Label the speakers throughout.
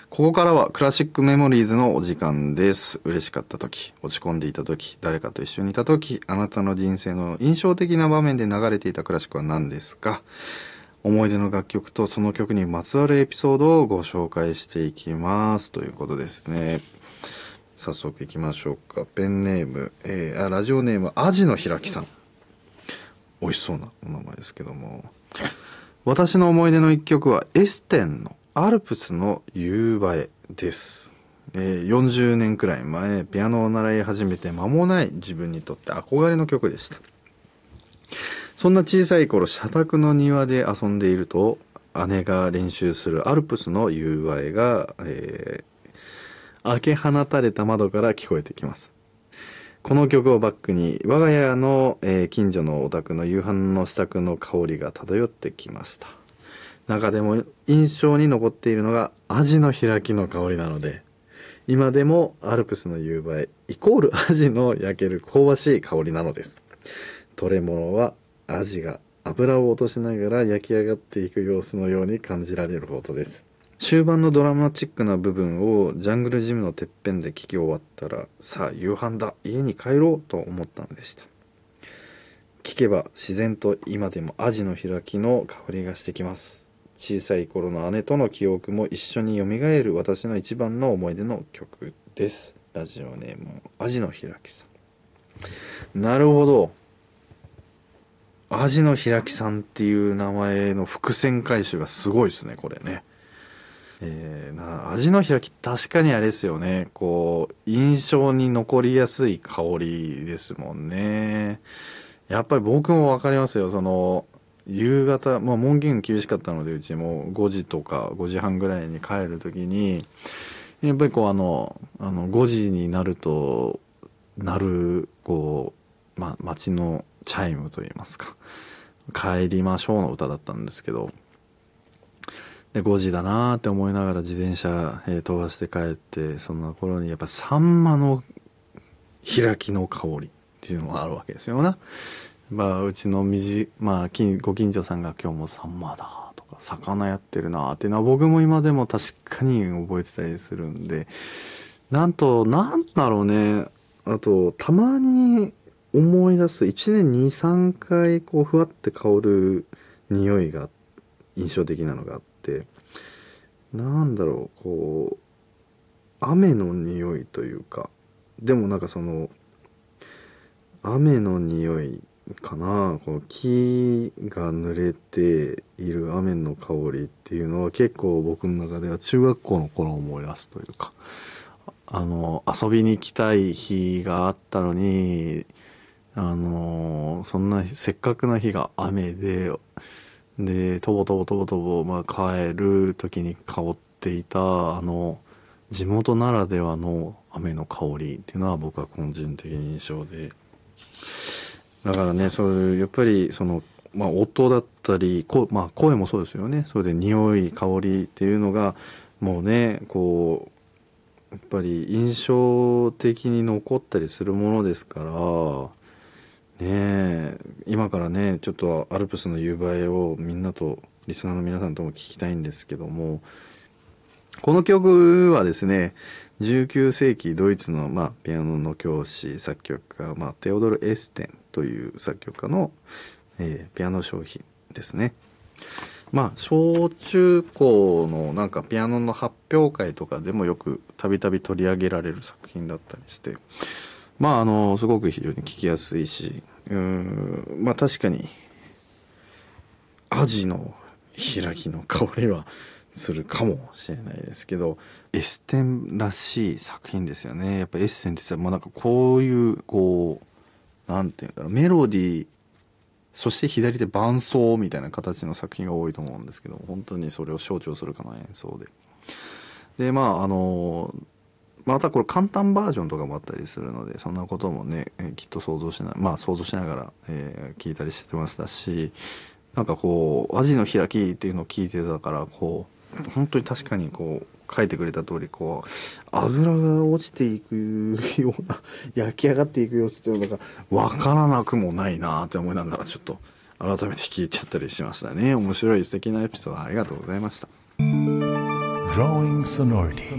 Speaker 1: ここからはクラシックメモリーズのお時間です。嬉しかった時、落ち込んでいた時、誰かと一緒にいた時、あなたの人生の印象的な場面で流れていたクラシックは何ですか？思い出の楽曲とその曲にまつわるエピソードをご紹介していきますということですね。早速いきましょうか。ペンネーム、ラジオネームアジの開きさん。美味しそうなお名前ですけども、私の思い出の一曲はエステンのアルプスの夕映えです。40年くらい前、ピアノを習い始めて間もない自分にとって憧れの曲でした。そんな小さい頃、社宅の庭で遊んでいると、姉が練習するアルプスの夕映えが、開け放たれた窓から聞こえてきます。この曲をバックに我が家の、近所のお宅の夕飯の支度の香りが漂ってきました。中でも印象に残っているのがアジの開きの香りなので、今でもアルプスの夕映えイコールアジの焼ける香ばしい香りなのです。取れ物はアジが油を落としながら焼き上がっていく様子のように感じられるほどです。終盤のドラマチックな部分をジャングルジムのてっぺんで聞き終わったら、さあ夕飯だ、家に帰ろうと思ったのでした。聞けば自然と今でもアジの開きの香りがしてきます。小さい頃の姉との記憶も一緒に蘇る私の一番の思い出の曲です。ラジオネームアジの開きさん。なるほど。アジの開きさんっていう名前の伏線回収がすごいですね、これね。味の開き、確かにあれですよね。こう、印象に残りやすい香りですもんね。やっぱり僕もわかりますよ。その、夕方、まあ門限厳しかったので、うちも5時とか5時半ぐらいに帰るときに、やっぱりこう5時になると、鳴る、こう、街のチャイムといいますか、帰りましょうの歌だったんですけど、で、5時だなーって思いながら自転車、飛ばして帰って、そんな頃にやっぱサンマの開きの香りっていうのがあるわけですよね。うちのご近所さんが今日もサンマだとか、魚やってるなーっていうのは僕も今でも確かに覚えてたりするんで、なんだろうね。あと、たまに思い出す、1年2、3回こう、ふわって香る匂いが印象的なのがあって、なんだろう、こう、雨の匂いというか、でもなんかその、雨の匂いかな、この木が濡れている雨の香りっていうのは結構僕の中では中学校の頃を思い出すというか、遊びに行きたい日があったのに、そんなせっかくな日が雨で、とぼとぼとぼとぼ、帰る時に香っていた、地元ならではの雨の香りっていうのは僕は個人的に印象で。だからね、そういう、やっぱり、音だったり、声もそうですよね。それで匂い、香りっていうのが、もうね、こう、やっぱり印象的に残ったりするものですから、ねえ、今からね、ちょっとアルプスの夕映えをみんなと、リスナーの皆さんとも聞きたいんですけども、この曲はですね、19世紀ドイツの、ピアノの教師、作曲家、テオドル・エステンという作曲家の、ピアノ商品ですね。小中高のなんかピアノの発表会とかでもよくたびたび取り上げられる作品だったりして、すごく非常に聴きやすいし、確かに、アジの開きの香りはするかもしれないですけど、エステンらしい作品ですよね。やっぱエステンってさ、なんかこういう、こう、なんていうんだろう、メロディー、そして左手伴奏みたいな形の作品が多いと思うんですけど、本当にそれを象徴するかの演奏で。で、またこれ簡単バージョンとかもあったりするので、そんなこともね、きっと想像しながら、聞いたりしてましたし、なんかこう、アジの開きっていうのを聞いてたから、こう、本当に確かにこう、書いてくれた通り、こう、油が落ちていくような、焼き上がっていく様子っていうのが、わからなくもないなって思いながら、ちょっと、改めて聞いちゃったりしましたね。面白い素敵なエピソードありがとうございました。
Speaker 2: Growing Sonority.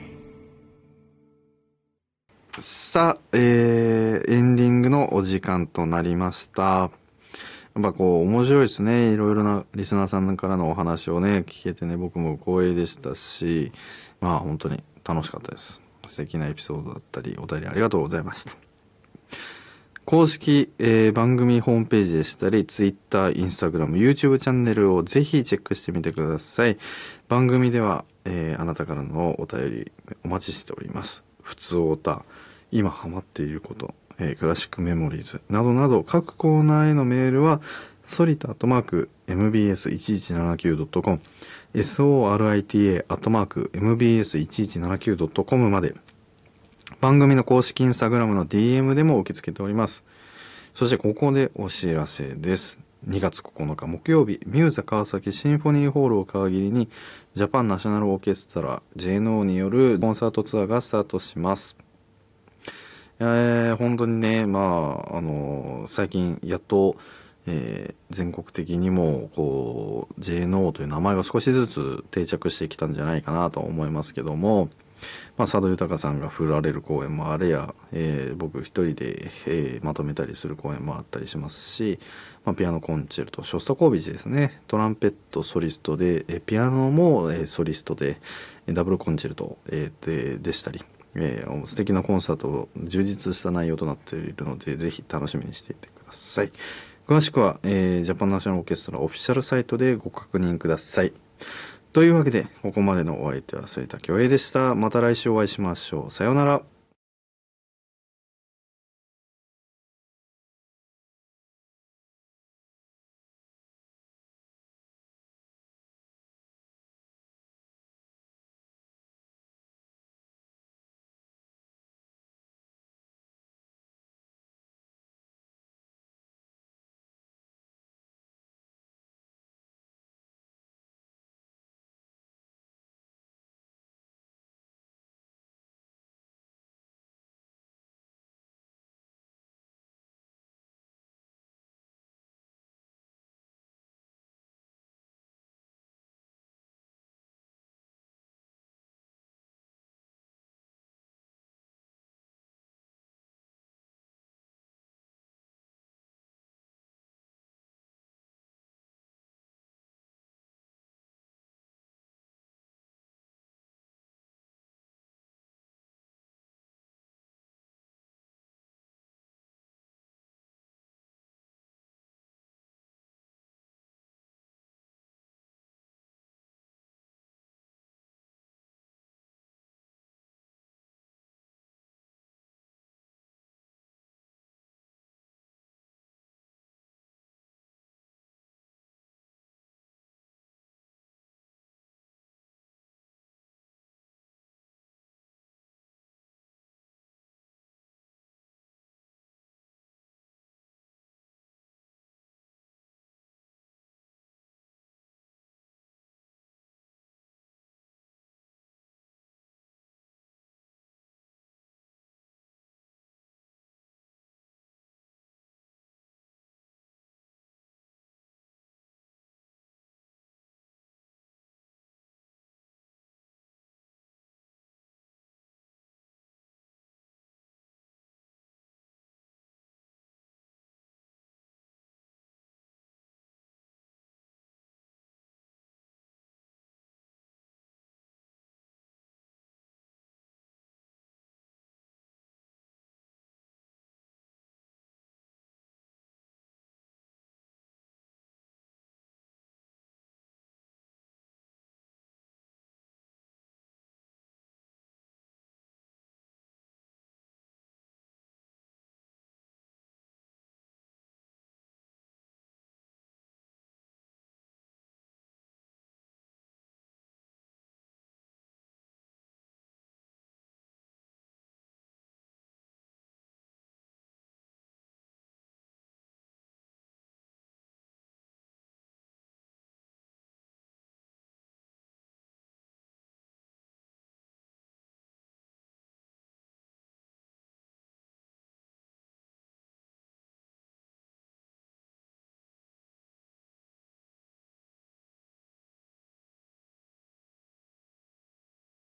Speaker 1: さあ、エンディングのお時間となりました。やっぱこう面白いですね。いろいろなリスナーさんからのお話をね聞けてね、僕も光栄でしたし、まあ本当に楽しかったです。素敵なエピソードだったりお便りありがとうございました。公式、番組ホームページでしたり Twitter、Instagram、YouTube チャンネルをぜひチェックしてみてください。番組では、あなたからのお便りお待ちしております。ふつおた、今ハマっていること、クラシックメモリーズなどなど各コーナーへのメールはsolita@mbs1179.com sorita@mbs1179.com まで。番組の公式インスタグラムの DM でも受け付けております。そしてここでお知らせです。2月9日木曜日、ミューザ川崎シンフォニーホールを皮切りにジャパンナショナルオーケストラ JNO によるコンサートツアーがスタートします。本当にね、最近やっと、全国的にもこう JNO という名前が少しずつ定着してきたんじゃないかなと思いますけども、佐渡裕さんが振られる公演もあれや、僕一人で、まとめたりする公演もあったりしますし、ピアノコンチェルト、ショスタコービッチですね、トランペットソリストで、ピアノも、ソリストで、ダブルコンチェルト、でしたり、素敵なコンサート、充実した内容となっているので、ぜひ楽しみにしていてください。詳しくは、ジャパンナショナルオーケストラオフィシャルサイトでご確認ください。というわけで、ここまでのお相手は反田恭平でした。また来週お会いしましょう。さようなら。